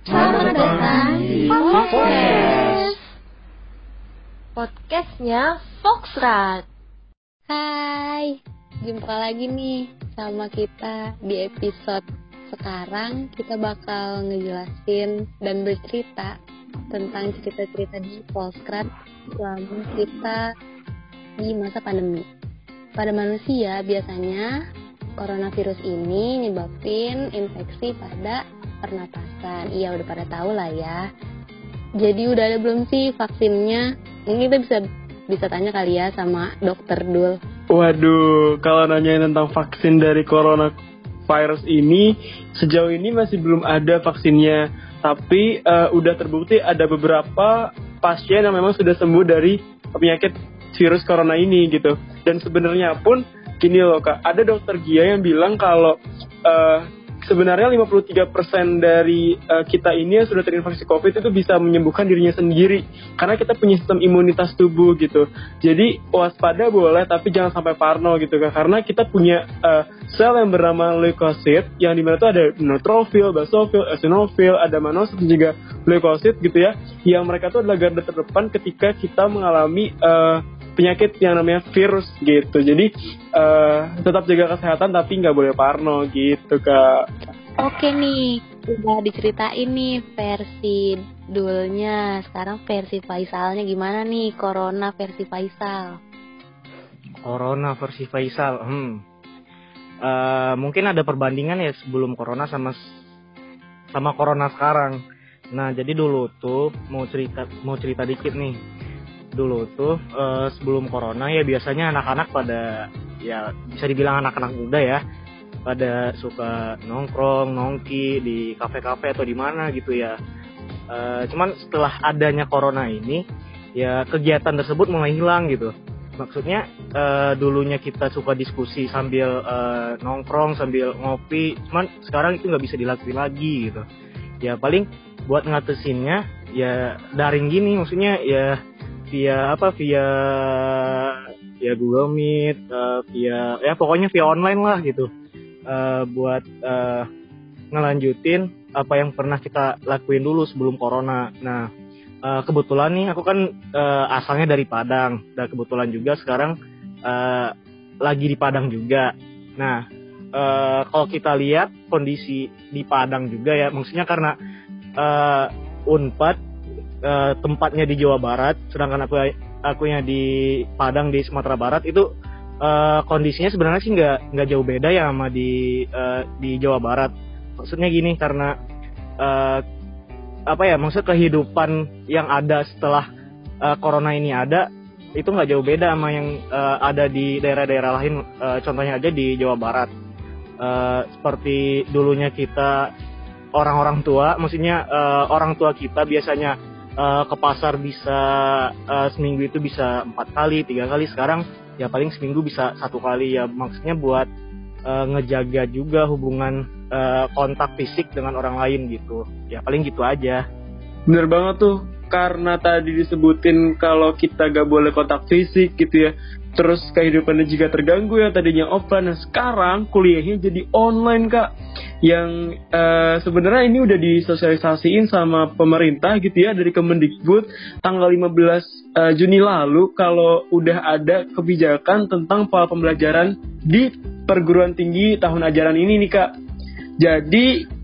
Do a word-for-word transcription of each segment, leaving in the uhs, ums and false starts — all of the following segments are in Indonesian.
Selamat datang di Podcast. Podcastnya Foxrat. Hai, jumpa lagi nih sama kita di episode sekarang. Kita bakal ngejelasin dan bercerita tentang cerita-cerita di Foxrat selama kita di masa pandemi. Pada manusia biasanya coronavirus ini nyebabin infeksi pada pernapasan. Iya, udah pada tahu lah ya. Jadi udah ada belum sih vaksinnya? Ini kita bisa bisa tanya kali ya sama Dokter Dul. Waduh, kalau nanyain tentang vaksin dari coronavirus ini, sejauh ini masih belum ada vaksinnya. Tapi uh, udah terbukti ada beberapa pasien yang memang sudah sembuh dari penyakit virus corona ini gitu. Dan sebenarnya pun gini loh Kak, ada dokter Gia yang bilang kalau uh, sebenarnya lima puluh tiga persen dari uh, kita ini yang sudah terinfeksi COVID itu bisa menyembuhkan dirinya sendiri karena kita punya sistem imunitas tubuh gitu. Jadi waspada boleh tapi jangan sampai parno gitu Kak, karena kita punya uh, sel yang bernama leukosit yang dimana itu ada neutrofil, basofil, eosinofil, ada manosit dan juga leukosit gitu ya, yang mereka itu adalah garda terdepan ketika kita mengalami uh, penyakit yang namanya virus gitu. Jadi uh, tetap jaga kesehatan tapi nggak boleh parno gitu Kak. Oke nih, udah diceritain nih versi Dulnya. Sekarang versi Faisalnya gimana nih, Corona versi Faisal? Corona versi Faisal, hmm. Uh, mungkin ada perbandingan ya sebelum Corona sama sama Corona sekarang. Nah, jadi dulu tuh mau cerita mau cerita dikit nih. Dulu tuh uh, sebelum Corona ya biasanya anak-anak pada ya bisa dibilang anak-anak muda ya pada suka nongkrong, nongki di kafe-kafe atau di mana gitu ya. Uh, cuman setelah adanya Corona ini ya kegiatan tersebut mulai hilang gitu. Maksudnya uh, dulunya kita suka diskusi sambil uh, nongkrong, sambil ngopi, cuman sekarang itu nggak bisa dilakukan lagi gitu. Ya paling buat ngatasinnya ya daring gini, maksudnya ya via apa via via Google Meet, uh, via ya pokoknya via online lah gitu, uh, buat uh, ngelanjutin apa yang pernah kita lakuin dulu sebelum Corona. Nah uh, kebetulan nih aku kan uh, asalnya dari Padang, dan kebetulan juga sekarang uh, lagi di Padang juga. Nah uh, kalau kita lihat kondisi di Padang juga ya, maksudnya karena uh, Unpad Uh, tempatnya di Jawa Barat, sedangkan aku akunya di Padang di Sumatera Barat, itu uh, kondisinya sebenarnya sih nggak nggak jauh beda ya sama di uh, di Jawa Barat. Maksudnya gini, karena uh, apa ya, maksud kehidupan yang ada setelah uh, Corona ini ada itu nggak jauh beda sama yang uh, ada di daerah-daerah lain. Uh, contohnya aja di Jawa Barat, uh, seperti dulunya kita orang-orang tua, maksudnya uh, orang tua kita biasanya Uh, ke pasar bisa uh, seminggu itu bisa empat kali, tiga kali. Sekarang ya paling seminggu bisa satu kali ya. Maksudnya buat uh, ngejaga juga hubungan uh, kontak fisik dengan orang lain gitu. Ya paling gitu aja. Bener banget tuh, karena tadi disebutin kalau kita gak boleh kontak fisik gitu ya. Terus kehidupannya juga terganggu ya, tadinya offline. Nah sekarang kuliahnya jadi online Kak. Yang uh, sebenarnya ini udah disosialisasiin sama pemerintah gitu ya, dari Kemendikbud tanggal lima belas uh, Juni lalu, kalau udah ada kebijakan tentang pola pembelajaran di perguruan tinggi tahun ajaran ini nih Kak. Jadi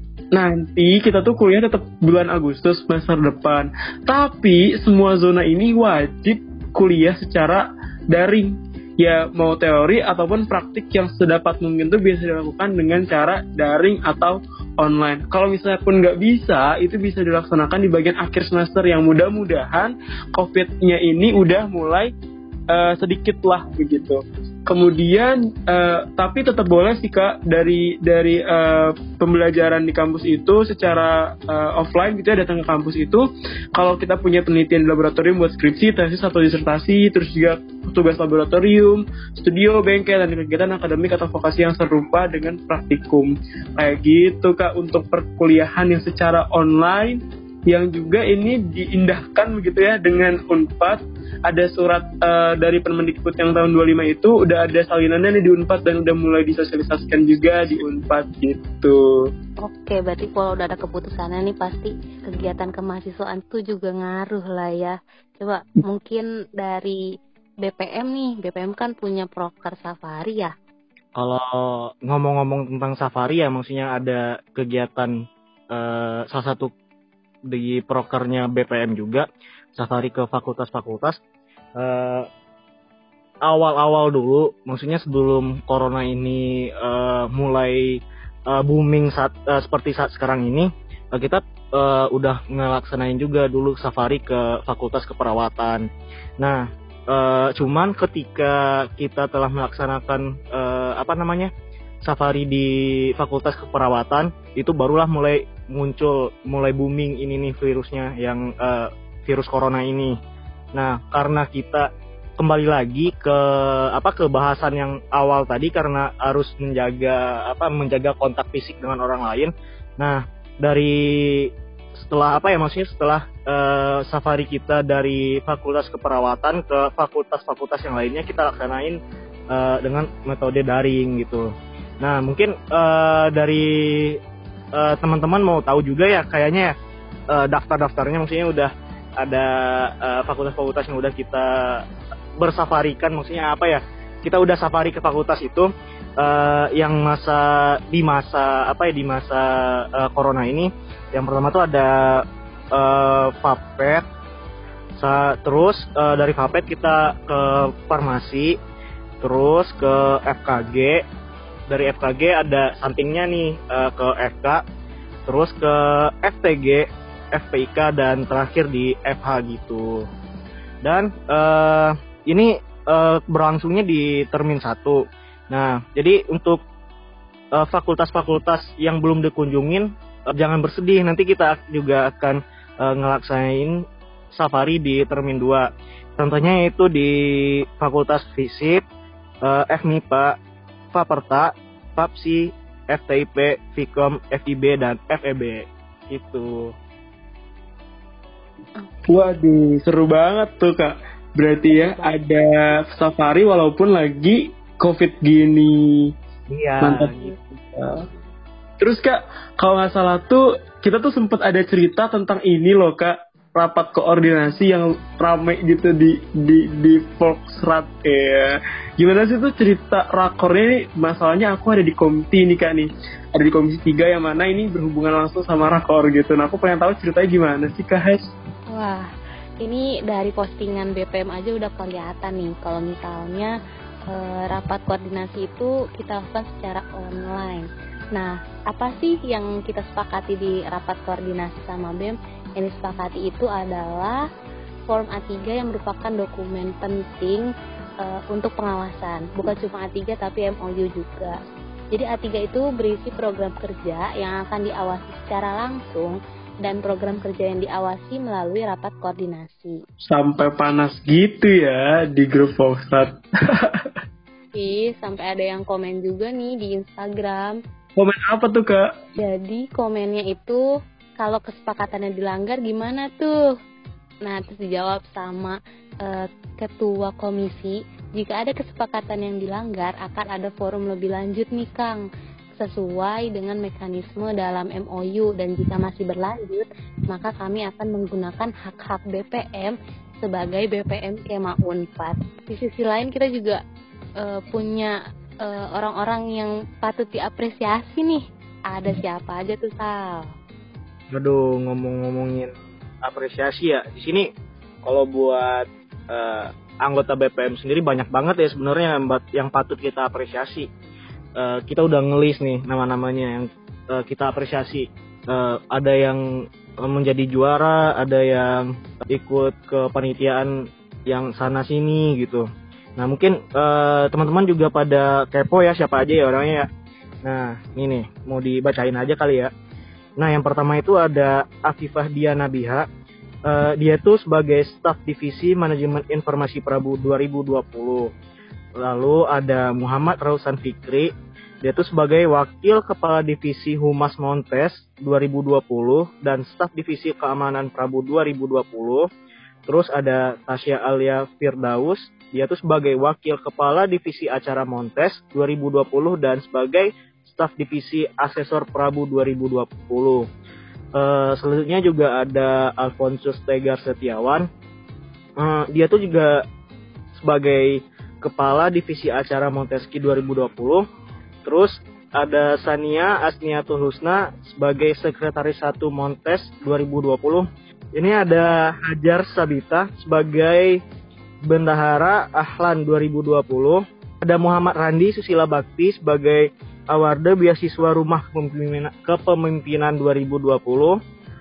nanti kita tuh kuliah tetap bulan Agustus semester depan, tapi semua zona ini wajib kuliah secara daring. Ya mau teori ataupun praktik yang sedapat mungkin tuh bisa dilakukan dengan cara daring atau online. Kalau misalnya pun nggak bisa, itu bisa dilaksanakan di bagian akhir semester yang mudah-mudahan COVID-nya ini udah mulai uh, sedikit lah begitu. Kemudian uh, tapi tetap boleh sih Kak dari dari uh, pembelajaran di kampus itu secara uh, offline gitu ya, datang ke kampus itu kalau kita punya penelitian di laboratorium buat skripsi, tesis atau disertasi, terus juga tugas laboratorium, studio, bengkel, dan kegiatan akademik atau vokasi yang serupa dengan praktikum kayak gitu Kak, untuk perkuliahan yang secara online yang juga ini diindahkan begitu ya dengan Unpad ada surat uh, dari Permendikbud yang tahun dua puluh lima itu udah ada salinannya nih di Unpad dan udah mulai disosialisasikan juga di Unpad gitu. Oke, berarti kalau udah ada keputusannya nih pasti kegiatan kemahasiswaan itu juga ngaruh lah ya. Coba mungkin dari B P M nih, B P M kan punya proker safari ya. Kalau ngomong-ngomong tentang safari ya, maksudnya ada kegiatan uh, salah satu di prokernya B P M juga, safari ke fakultas-fakultas. Uh, awal-awal dulu, maksudnya sebelum corona ini uh, mulai uh, booming saat uh, seperti saat sekarang ini, uh, kita uh, udah ngelaksanain juga dulu safari ke fakultas keperawatan. Nah, uh, cuman ketika kita telah melaksanakan uh, apa namanya safari di fakultas keperawatan, itu barulah mulai muncul, mulai booming ini nih virusnya, yang uh, virus corona ini. Nah, karena kita kembali lagi ke apa ke bahasan yang awal tadi, karena harus menjaga apa menjaga kontak fisik dengan orang lain. Nah, dari setelah apa ya maksudnya setelah uh, safari kita dari fakultas keperawatan ke fakultas-fakultas yang lainnya, kita laksanain uh, dengan metode daring gitu. Nah, mungkin uh, dari uh, teman-teman mau tahu juga ya, kayaknya uh, daftar-daftarnya maksudnya udah ada uh, fakultas-fakultas yang udah kita bersafarikan, maksudnya apa ya, kita udah safari ke fakultas itu uh, yang masa di masa apa ya di masa uh, corona ini. Yang pertama tuh ada uh, Fapet, sa- terus uh, dari Fapet kita ke farmasi, terus ke F K G, dari F K G ada sampingnya nih uh, ke F K, terus ke F T G, F P I K, dan terakhir di F H gitu. Dan uh, ini uh, berlangsungnya di termin satu. Nah, jadi untuk uh, fakultas-fakultas yang belum dikunjungin, uh, jangan bersedih, nanti kita juga akan uh, ngelaksanain safari di termin dua. Contohnya itu di Fakultas Fisip, uh, F M I P A, Faperta, Fapsi, F T I P, Fikom, F I B, dan F E B gitu. Waduh, seru banget tuh Kak. Berarti ya ada safari walaupun lagi COVID gini. Iya. Mantap gitu. Terus Kak, kalau nggak salah tuh kita tuh sempat ada cerita tentang ini loh Kak, rapat koordinasi yang rame gitu di di di Volksrat ya. Gimana sih tuh cerita rakornya nih? Masalahnya aku ada di komiti nih Kak nih. Ada di komisi tiga yang mana ini berhubungan langsung sama rakor gitu. Nah, aku pengen tahu ceritanya gimana sih Kak Hes? Wah, ini dari postingan B P M aja udah kelihatan nih kalau misalnya e, rapat koordinasi itu kita lakukan secara online. Nah, apa sih yang kita sepakati di rapat koordinasi sama B E M? Yang disepakati itu adalah Form A tiga yang merupakan dokumen penting e, untuk pengawasan. Bukan cuma A tiga tapi M O U juga. Jadi A tiga itu berisi program kerja yang akan diawasi secara langsung dan program kerja yang diawasi melalui rapat koordinasi. Sampai panas gitu ya di grup Volksrat. Ih, sampai ada yang komen juga nih di Instagram. Komen apa tuh Kak? Jadi komennya itu, kalau kesepakatannya dilanggar gimana tuh? Nah, terus dijawab sama uh, ketua komisi, jika ada kesepakatan yang dilanggar akan ada forum lebih lanjut nih Kang, sesuai dengan mekanisme dalam M O U, dan jika masih berlanjut maka kami akan menggunakan hak-hak B P M sebagai B P M Kema Unpad. Di sisi lain kita juga uh, punya uh, orang-orang yang patut diapresiasi nih. Ada siapa aja tuh Sal? Aduh, ngomong-ngomongin apresiasi ya, di sini kalau buat uh, anggota B P M sendiri banyak banget ya sebenarnya yang, yang patut kita apresiasi. Uh, kita udah ngelis nih nama-namanya yang uh, kita apresiasi. Uh, ada yang menjadi juara, ada yang ikut ke panitiaan yang sana sini gitu. Nah, mungkin uh, teman-teman juga pada kepo ya siapa aja ya orangnya ya. Nah, ini nih mau dibacain aja kali ya. Nah, yang pertama itu ada Afifah Diana Biha. Uh, dia tuh sebagai staf divisi manajemen informasi Prabu dua ribu dua puluh. Lalu ada Muhammad Rausan Fikri, dia tuh sebagai wakil kepala divisi Humas Montes dua ribu dua puluh dan staf divisi keamanan Prabu dua ribu dua puluh. Terus ada Tasya Alia Firdaus, dia tuh sebagai Wakil Kepala Divisi Acara Montes dua ribu dua puluh dan sebagai Staf Divisi Asesor Prabu dua ribu dua puluh. Uh, selanjutnya juga ada Alfonsus Tegar Setiawan. Uh, dia tuh juga sebagai Kepala Divisi Acara Monteski dua ribu dua puluh. Terus ada Sania Asniatul Husna sebagai Sekretaris satu Montes dua ribu dua puluh. Ini ada Hajar Sabita sebagai Bendahara Ahlan dua ribu dua puluh. Ada Muhammad Randi Susila Bakti sebagai Awarde Beasiswa Rumah Kepemimpinan, Kepemimpinan dua ribu dua puluh.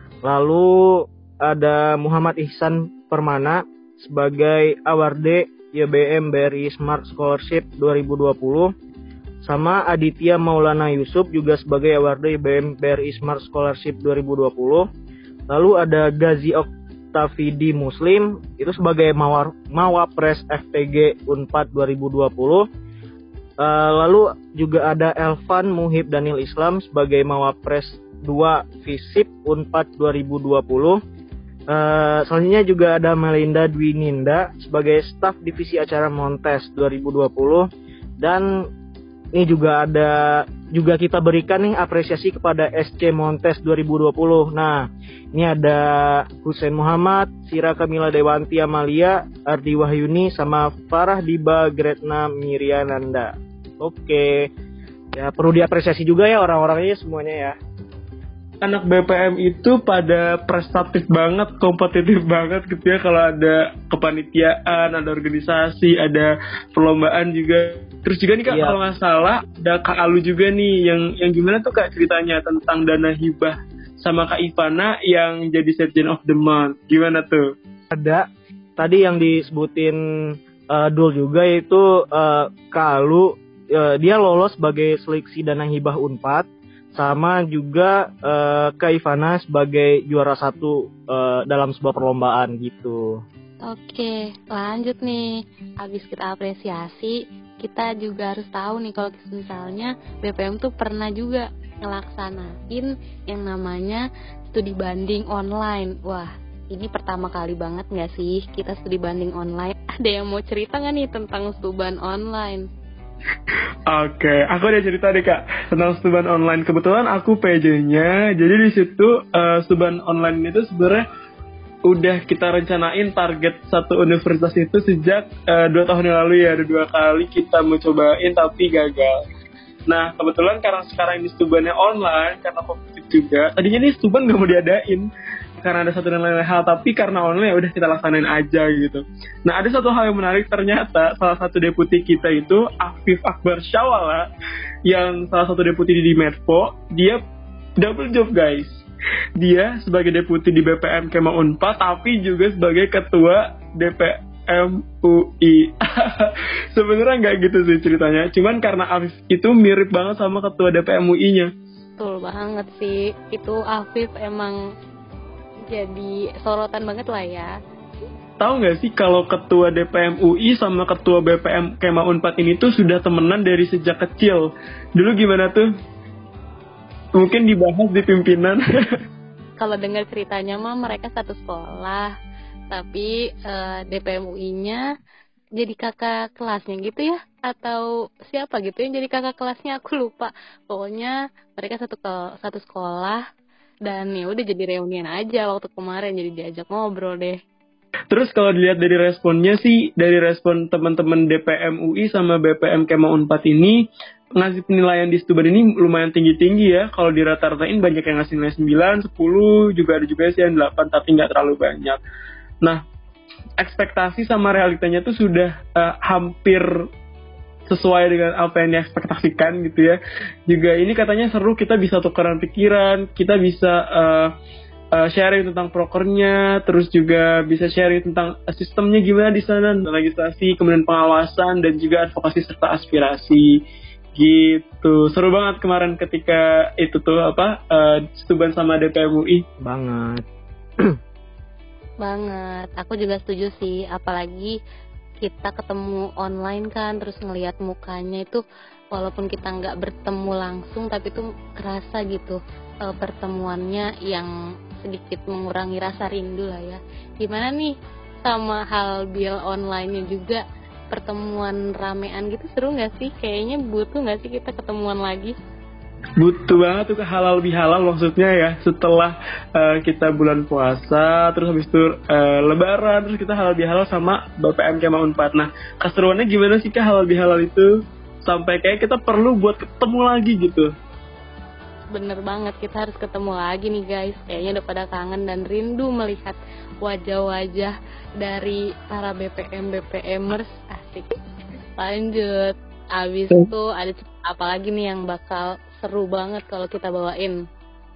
Lalu ada Muhammad Ihsan Permana sebagai Awarde Y B M B R I Smart Scholarship dua ribu dua puluh. Sama Aditya Maulana Yusuf juga sebagai Awarde Y B M B R I Smart Scholarship dua ribu dua puluh. Lalu ada Gazi Oktavidi Muslim itu sebagai Mawar, Mawapres F P G Unpad dua ribu dua puluh. Uh, lalu juga ada Elvan Muhib Daniel Islam sebagai Mawapres dua Visip Unpad dua ribu dua puluh. Uh, selanjutnya juga ada Melinda Dwi Ninda sebagai Staf Divisi Acara Montes dua ribu dua puluh. Dan ini juga ada juga kita berikan nih apresiasi kepada S C Montes dua ribu dua puluh. Nah, ini ada Husain Muhammad, Sira Kamila Dewanti Amalia, Ardi Wahyuni, sama Farah Diba Gretna Miriananda. Oke, ya perlu diapresiasi juga ya orang-orangnya semuanya ya. Anak B P M itu pada prestatif banget, kompetitif banget gitu ya. Kalau ada kepanitiaan, ada organisasi, ada perlombaan juga. Terus juga nih Kak, yeah. Kalau nggak salah ada Kak Alu juga nih yang yang gimana tuh Kak ceritanya tentang dana hibah sama Kak Ivana yang jadi Sergeant of the Month. Gimana tuh? Ada tadi yang disebutin uh, Dul juga itu uh, Kak Alu, uh, dia lolos sebagai seleksi dana hibah Unpad. Sama juga uh, Kak Ivana sebagai juara satu uh, dalam sebuah perlombaan gitu. Oke, lanjut nih. Habis kita apresiasi, kita juga harus tahu nih kalau misalnya B P M tuh pernah juga ngelaksanain yang namanya studi banding online. Wah, ini pertama kali banget nggak sih kita studi banding online? Ada yang mau cerita nggak nih tentang stuban online? Oke, okay, aku udah cerita deh Kak tentang stuban online. Kebetulan aku P J-nya, jadi di situ uh, stuban online itu sebenarnya udah kita rencanain target satu universitas itu sejak uh, dua tahun yang lalu ya. Ada dua kali kita mau cobain tapi gagal. Nah kebetulan karena sekarang ini stubannya online karena COVID juga. Tadinya nih stuban gak mau diadain karena ada satu dan lain hal, tapi karena online ya udah kita laksanain aja gitu. Nah ada satu hal yang menarik, ternyata salah satu deputi kita itu Afif Akbar Syawala yang salah satu deputi di Medpo, dia double job guys. Dia sebagai deputi di B P M Kema Unpad tapi juga sebagai ketua D P M U I. Sebenarnya nggak gitu sih ceritanya, cuman karena Afif itu mirip banget sama ketua D P M U I-nya. Betul banget sih, itu Afif emang jadi sorotan banget lah ya. Tahu nggak sih kalau ketua D P M U I sama ketua B P M Kema Unpad ini tuh sudah temenan dari sejak kecil. Dulu gimana tuh? Mungkin dibahas di pimpinan. Kalau dengar ceritanya mah mereka satu sekolah, tapi uh, D P M U I-nya jadi kakak kelasnya gitu ya, atau siapa gitu yang jadi kakak kelasnya, aku lupa. Pokoknya mereka satu ke, satu sekolah. Dan ya udah jadi reunian aja waktu kemarin, jadi diajak ngobrol deh. Terus kalau dilihat dari responnya sih, dari respon teman-teman D P M U I sama B P M Kema Unpad ini ngasih penilaian di stuban ini lumayan tinggi-tinggi ya. Kalau dirata-ratain banyak yang ngasih nilai sembilan, sepuluh, juga ada juga sih yang delapan, tapi nggak terlalu banyak. Nah, ekspektasi sama realitanya tuh sudah uh, hampir sesuai dengan apa yang diekspektasikan gitu ya. Juga ini katanya seru, kita bisa tukeran pikiran, kita bisa uh, uh, sharing tentang prokernya, terus juga bisa sharing tentang sistemnya gimana di sana, legislasi, kemudian pengawasan dan juga advokasi serta aspirasi gitu. Seru banget kemarin ketika itu tuh apa uh, stuban sama D P M U I. Banget. Banget. Aku juga setuju sih, apalagi kita ketemu online kan, terus ngelihat mukanya itu walaupun kita nggak bertemu langsung tapi itu kerasa gitu e, pertemuannya yang sedikit mengurangi rasa rindu lah ya. Gimana nih sama hal bil online-nya juga, pertemuan ramean gitu seru nggak sih? Kayaknya butuh nggak sih kita ketemuan lagi? Butuh banget tuh ke halal bihalal maksudnya ya, setelah uh, kita bulan puasa terus habis itu uh, lebaran terus kita halal bihalal sama B P M Kema Unpad. Nah keseruannya gimana sih Kak halal bihalal itu sampai kayak kita perlu buat ketemu lagi gitu? Bener banget, kita harus ketemu lagi nih guys. Kayaknya udah pada kangen dan rindu melihat wajah-wajah dari para B P M B P Mers. Asik. Lanjut. Abis itu ada apa lagi nih yang bakal seru banget kalau kita bawain?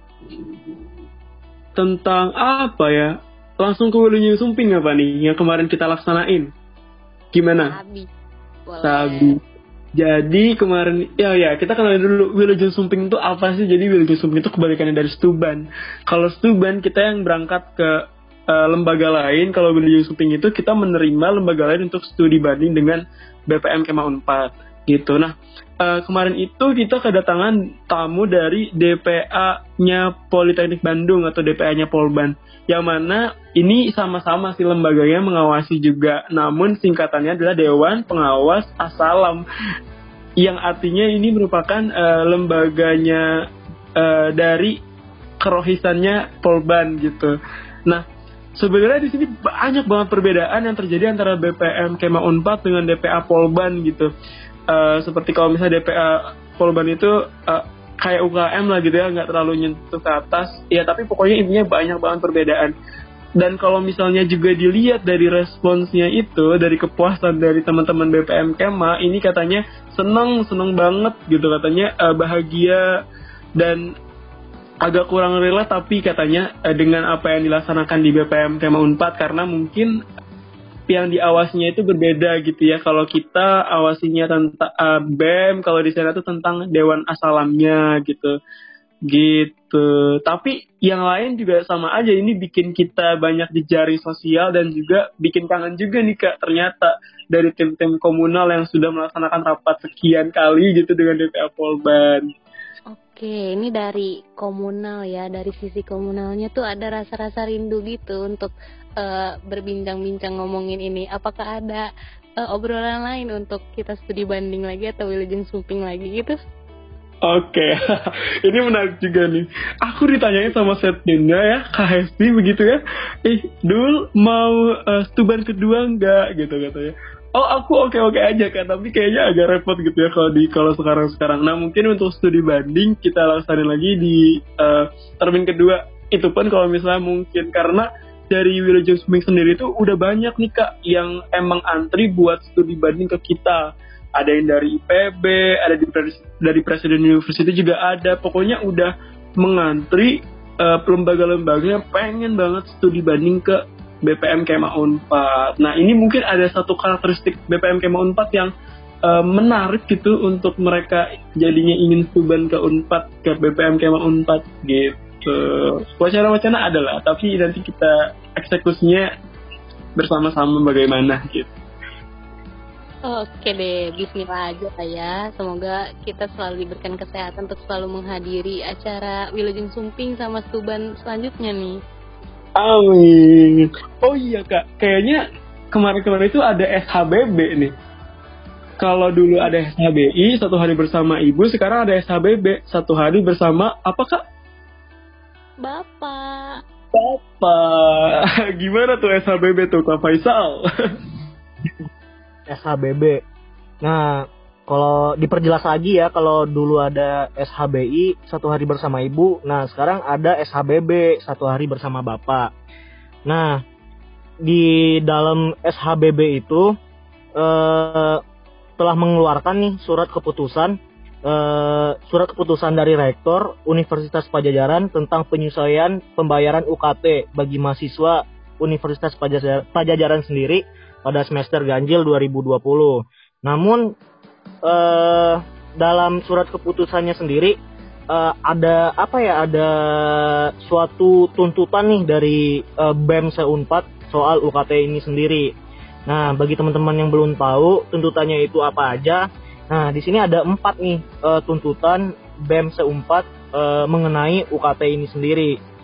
Tentang apa ya? Langsung ke Wilujeng Sumping apa nih yang kemarin kita laksanain? Gimana? Sabi. Boleh. Sabi. Jadi kemarin, ya ya kita kenalin dulu Wilujeng Sumping itu apa sih? Jadi Wilujeng Sumping itu kebalikannya dari Stuban. Kalau Stuban kita yang berangkat ke uh, lembaga lain, kalau Wilujeng Sumping itu kita menerima lembaga lain untuk studi banding dengan B P M Kema Unpad gitu. Nah uh, kemarin itu kita kedatangan tamu dari D P A-nya Politeknik Bandung atau D P A-nya Polban, yang mana ini sama-sama si lembaganya mengawasi juga, namun singkatannya adalah Dewan Pengawas Asalam, yang artinya ini merupakan uh, lembaganya uh, dari kerohisannya Polban gitu. Nah sebenarnya di sini banyak banget perbedaan yang terjadi antara B P M Kema Unpad dengan D P A Polban gitu. Uh, seperti kalau misalnya D P A Polban itu uh, kayak U K M lah gitu ya, nggak terlalu nyentuh ke atas ya, tapi pokoknya intinya banyak banget perbedaan. Dan kalau misalnya juga dilihat dari responsnya itu, dari kepuasan dari teman-teman B P M Kema ini katanya seneng seneng banget gitu, katanya uh, bahagia dan agak kurang relate tapi katanya uh, dengan apa yang dilaksanakan di B P M Kema Unpad, karena mungkin yang diawasinya itu berbeda gitu ya. Kalau kita awasinya tentang uh, B E M, kalau di sana tuh tentang Dewan Asalamnya gitu. Gitu. Tapi yang lain juga sama aja, ini bikin kita banyak jejaring sosial dan juga bikin kangen juga nih Kak, ternyata dari tim-tim komunal yang sudah melaksanakan rapat sekian kali gitu dengan D P A Polban. Oke, ini dari komunal ya, dari sisi komunalnya tuh ada rasa-rasa rindu gitu untuk uh, berbincang-bincang ngomongin ini. Apakah ada uh, obrolan lain untuk kita studi banding lagi atau Wilujeng Sumping lagi gitu? Oke, ini menarik juga nih. Aku ditanyain sama settinnya ya, Kak Hesti begitu ya. Eh, Dul mau uh, stuban kedua enggak gitu katanya. Oh aku oke-oke aja kan, tapi kayaknya agak repot gitu ya kalau di kalau sekarang-sekarang. Nah mungkin untuk studi banding kita laksanin lagi di uh, termin kedua. Itu pun kalau misalnya mungkin, karena dari Wilujeng Sumping sendiri tuh udah banyak nih Kak yang emang antri buat studi banding ke kita. Ada yang dari I P B, ada di, dari Presiden University juga ada. Pokoknya udah mengantri uh, lembaga-lembaga yang pengen banget studi banding ke B P M Kema Unpad. Nah ini mungkin ada satu karakteristik B P M Kema Unpad yang uh, menarik gitu untuk mereka jadinya ingin stuban ke Unpad, ke B P M Kema Unpad gitu. Wacana-wacana adalah, tapi nanti kita eksekusinya bersama-sama bagaimana gitu. Oke deh, bismillah aja lah ya. Semoga kita selalu diberikan kesehatan untuk selalu menghadiri acara Wilujeng Sumping sama stuban selanjutnya nih. Amin. Oh iya Kak, kayaknya kemarin-kemarin itu ada S H B B nih. Kalau dulu ada S H B I, satu hari bersama ibu, sekarang ada S H B B, satu hari bersama apa Kak? Bapak. Bapak. Gimana tuh S H B B tuh Kak Faisal? S H B B. Nah, kalau diperjelas lagi ya, kalau dulu ada S H B I satu hari bersama ibu, nah sekarang ada S H B B satu hari bersama bapak. Nah, di dalam S H B B itu eh, telah mengeluarkan nih surat keputusan, eh, surat keputusan dari Rektor Universitas Padjadjaran tentang penyesuaian pembayaran U K T bagi mahasiswa Universitas Padjadjaran sendiri pada semester ganjil dua ribu dua puluh. Namun Uh, dalam surat keputusannya sendiri uh, ada apa ya ada suatu tuntutan nih dari uh, B E M Se-Unpad soal U K T ini sendiri. Nah bagi teman-teman yang belum tahu tuntutannya itu apa aja, nah di sini ada empat nih uh, tuntutan B E M Se-Unpad uh, mengenai U K T ini sendiri.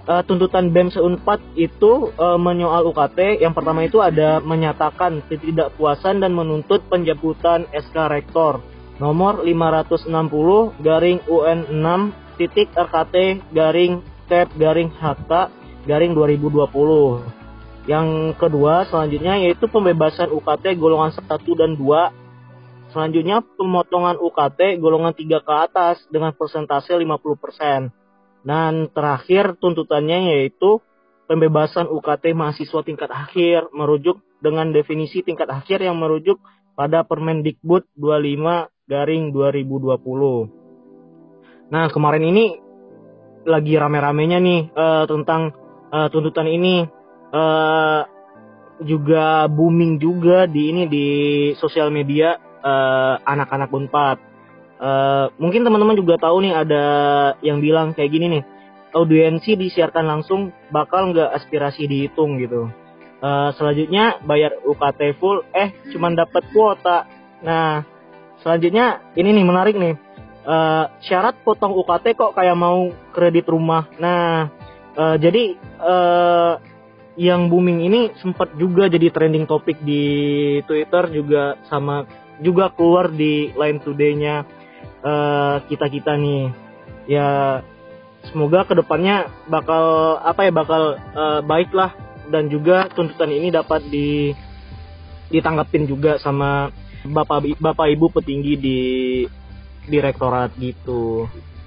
uh, tuntutan B E M Seunpad itu uh, menyoal U K T. Yang pertama itu ada menyatakan ketidakpuasan dan menuntut penjemputan S K Rektor nomor lima ratus enam puluh garing U N enam titik R K T garing Kep garing H K garing dua ribu dua puluh. Yang kedua selanjutnya yaitu pembebasan U K T golongan satu dan dua. Selanjutnya pemotongan U K T golongan tiga ke atas dengan persentase lima puluh persen. Dan terakhir tuntutannya yaitu pembebasan U K T mahasiswa tingkat akhir merujuk dengan definisi tingkat akhir yang merujuk pada Permendikbud dua puluh lima garing dua ribu dua puluh. Nah, kemarin ini lagi rame-ramenya nih uh, tentang uh, tuntutan ini. Uh, juga booming juga di ini di sosial media uh, anak-anak Unpad. Uh, mungkin teman-teman juga tahu nih ada yang bilang kayak gini nih, audiensi disiarkan langsung bakal nggak aspirasi dihitung gitu. Uh, selanjutnya bayar U K T full, eh cuman dapat kuota. Nah selanjutnya ini nih menarik nih, uh, syarat potong U K T kok kayak mau kredit rumah. Nah uh, jadi uh, yang booming ini sempat juga jadi trending topik di Twitter juga sama juga keluar di Line Today-nya uh, kita-kita nih. Ya semoga kedepannya bakal apa ya bakal uh, baik lah dan juga tuntutan ini dapat di ditanggapin juga sama bapak bapak ibu petinggi di direktorat gitu.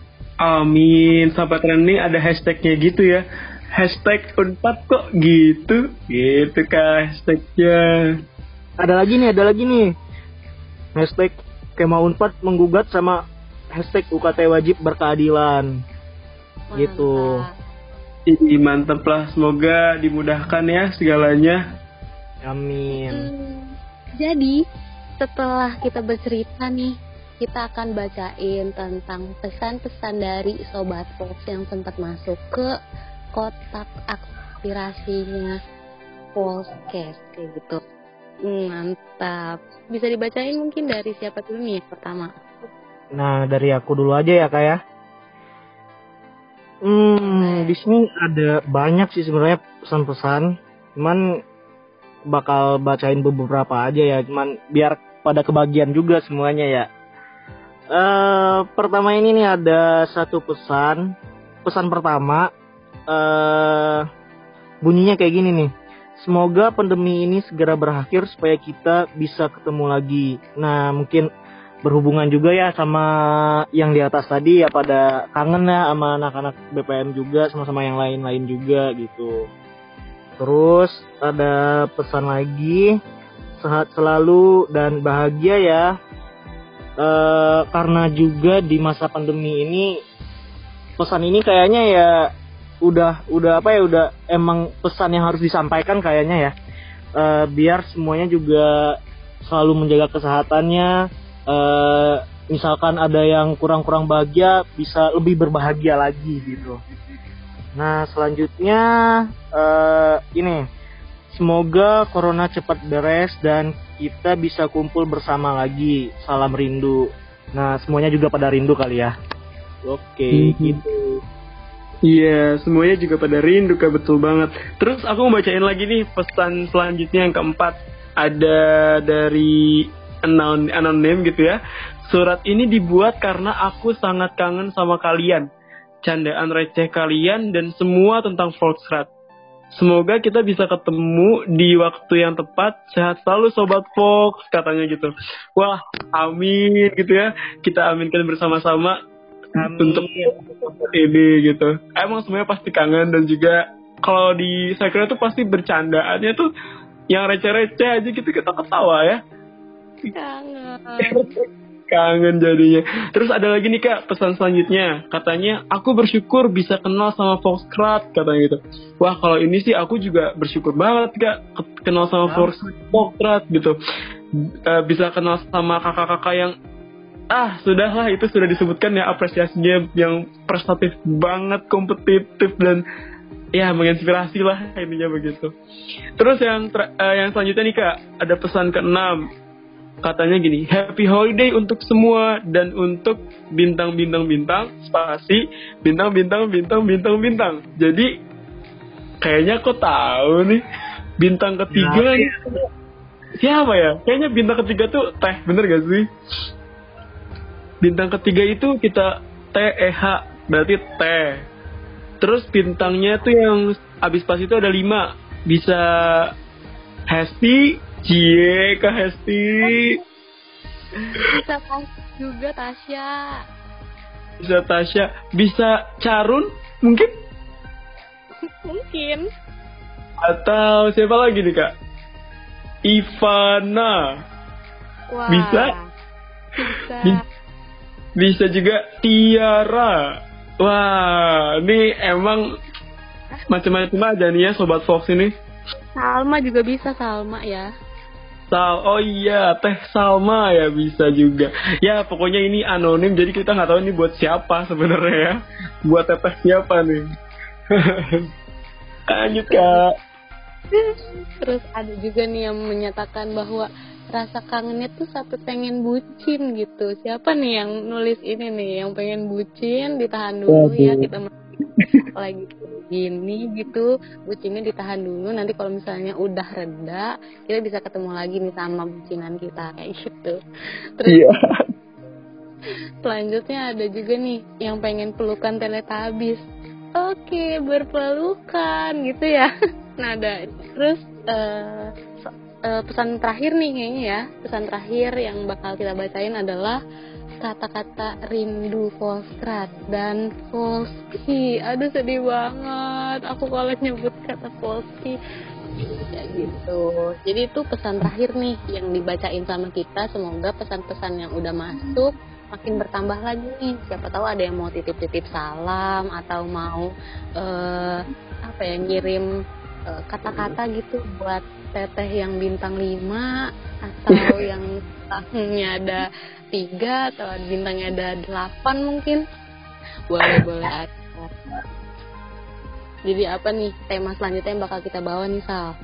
Amin. Sampai trending ada hashtagnya gitu ya. Hashtag Unpad kok gitu, gitu kah hashtagnya. Ada lagi nih, ada lagi nih. Hashtag Kema Unpad menggugat sama hashtag U K T wajib berkeadilan. Mantap. Gitu. Ih, mantep lah, semoga dimudahkan ya segalanya. Amin. Hmm, jadi setelah kita bercerita nih, kita akan bacain tentang pesan-pesan dari Sobat Fox yang sempat masuk ke kotak aspirasinya Podcast kayak gitu. Mantap. Bisa dibacain mungkin dari siapa dulu nih pertama? Nah, dari aku dulu aja ya, Kak ya. Hmm, di sini ada banyak sih sebenarnya pesan-pesan. Cuman bakal bacain beberapa aja ya, cuman biar pada kebagian juga semuanya ya. Uh, pertama ini nih ada satu pesan. Pesan pertama Uh, bunyinya kayak gini nih. Semoga pandemi ini segera berakhir supaya kita bisa ketemu lagi. Nah mungkin berhubungan juga ya sama yang di atas tadi ya, pada kangen ya sama anak-anak B P M juga, sama-sama yang lain-lain juga gitu. Terus ada pesan lagi, sehat selalu dan bahagia ya. Uh, karena juga di masa pandemi ini pesan ini kayaknya ya udah udah apa ya udah emang pesan yang harus disampaikan kayaknya ya, e, biar semuanya juga selalu menjaga kesehatannya. E, misalkan ada yang kurang-kurang bahagia bisa lebih berbahagia lagi gitu. Nah selanjutnya e, ini semoga corona cepat beres dan kita bisa kumpul bersama lagi. Salam rindu. Nah semuanya juga pada rindu kali ya. Oke mm-hmm. gitu. Iya, semuanya juga pada rindu, Kak, betul banget. Terus aku mau bacain lagi nih pesan selanjutnya yang keempat. Ada dari anon- anonim gitu ya. Surat ini dibuat karena aku sangat kangen sama kalian. Candaan receh kalian dan semua tentang Volksrat. Semoga kita bisa ketemu di waktu yang tepat. Sehat selalu Sobat Fox, katanya gitu. Wah, amin gitu ya. Kita aminkan bersama-sama. Amin. Untuk ini gitu. Emang semuanya pasti kangen dan juga kalau di saya kira tuh pasti bercandaannya tuh yang receh-receh aja gitu kita ketawa ya. Kangen. Kangen jadinya. Terus ada lagi nih Kak pesan selanjutnya. Katanya aku bersyukur bisa kenal sama Volksrat katanya gitu. Wah kalau ini sih aku juga bersyukur banget Kak kenal sama Volksrat gitu. Uh, bisa kenal sama kakak-kakak yang ah sudahlah itu sudah disebutkan ya apresiasinya yang prestatif banget, kompetitif dan ya menginspirasi lah intinya begitu. Terus yang ter- uh, yang selanjutnya nih Kak ada pesan keenam. Katanya gini, happy holiday untuk semua dan untuk bintang-bintang-bintang spasi bintang-bintang-bintang-bintang-bintang. Jadi Kayaknya aku tahu nih. Bintang ketiga Nah, nih. Siapa ya? Kayaknya bintang ketiga tuh Teh, bener gak sih? Bintang ketiga itu kita T E H, berarti Teh. Terus bintangnya tuh yang abis pas itu ada lima. Bisa Hesti, Cie, Kak Hesti. Bisa pas juga Tasya. Bisa Tasya, bisa Carun mungkin? Mungkin. Atau siapa lagi nih Kak? Ivana. Wah. Bisa? Bisa. Bi- Bisa juga Tiara. Wah, ini emang macam-macam aja nih ya Sobat Fox ini. Salma juga bisa, Salma ya. Sal, oh iya, Teh Salma ya bisa juga. Ya pokoknya ini anonim, jadi kita nggak tahu ini buat siapa sebenarnya ya. Buat Teteh siapa nih? Lanjut Kak. Terus ada juga nih yang menyatakan bahwa rasa kangennya tuh sampai pengen bucin gitu. Siapa nih yang nulis ini nih, yang pengen bucin ditahan dulu ya, kita lagi gini gitu, bucinnya ditahan dulu, nanti kalau misalnya udah reda kita bisa ketemu lagi nih sama bucinan kita kayak gitu. Terus Iya. selanjutnya ada juga nih yang pengen pelukan Teletubbies. Oke, berpelukan gitu ya. Nah ada terus uh, uh, pesan terakhir nih kayaknya ya, pesan terakhir yang bakal kita bacain adalah kata-kata rindu Volskrat dan Volsky. Aduh sedih banget aku kalau nyebut kata Volsky ya gitu. Jadi itu pesan terakhir nih yang dibacain sama kita. Semoga pesan-pesan yang udah masuk makin bertambah lagi nih. Siapa tahu ada yang mau titip-titip salam atau mau uh, apa ya ngirim uh, kata-kata gitu buat teteh yang bintang lima atau yang bintangnya ada tiga atau bintangnya ada delapan mungkin. Boleh-boleh aja. Jadi apa nih tema selanjutnya yang bakal kita bawa nih Sal?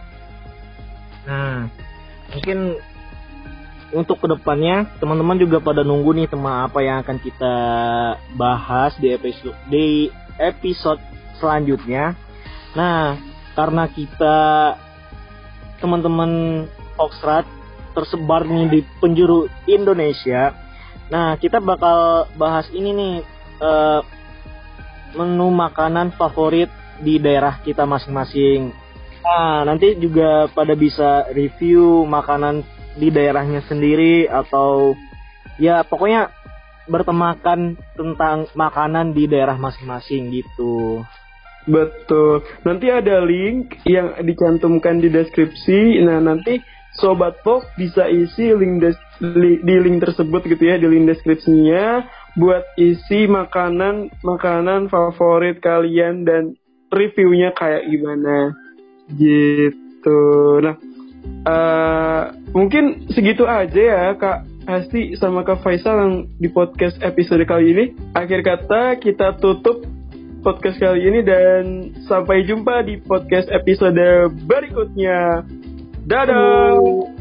Nah, mungkin untuk kedepannya teman-teman juga pada nunggu nih tema apa yang akan kita bahas di episode di episode selanjutnya. Nah, karena kita teman-teman Foxrat tersebar nih di penjuru Indonesia. Nah, kita bakal bahas ini nih uh, menu makanan favorit di daerah kita masing-masing. Nah, nanti juga pada bisa review makanan di daerahnya sendiri atau ya pokoknya bertemakan tentang makanan di daerah masing-masing gitu. Betul. Nanti ada link yang dicantumkan di deskripsi. Nah, nanti Sobat Fox bisa isi link des- li- di link tersebut gitu ya, di link deskripsinya buat isi makanan makanan favorit kalian dan reviewnya kayak gimana gitu. Nah, uh, mungkin segitu aja ya Kak Hasti sama Kak Faisal yang di podcast episode kali ini. Akhir kata kita tutup podcast kali ini dan sampai jumpa di podcast episode berikutnya. Dadah.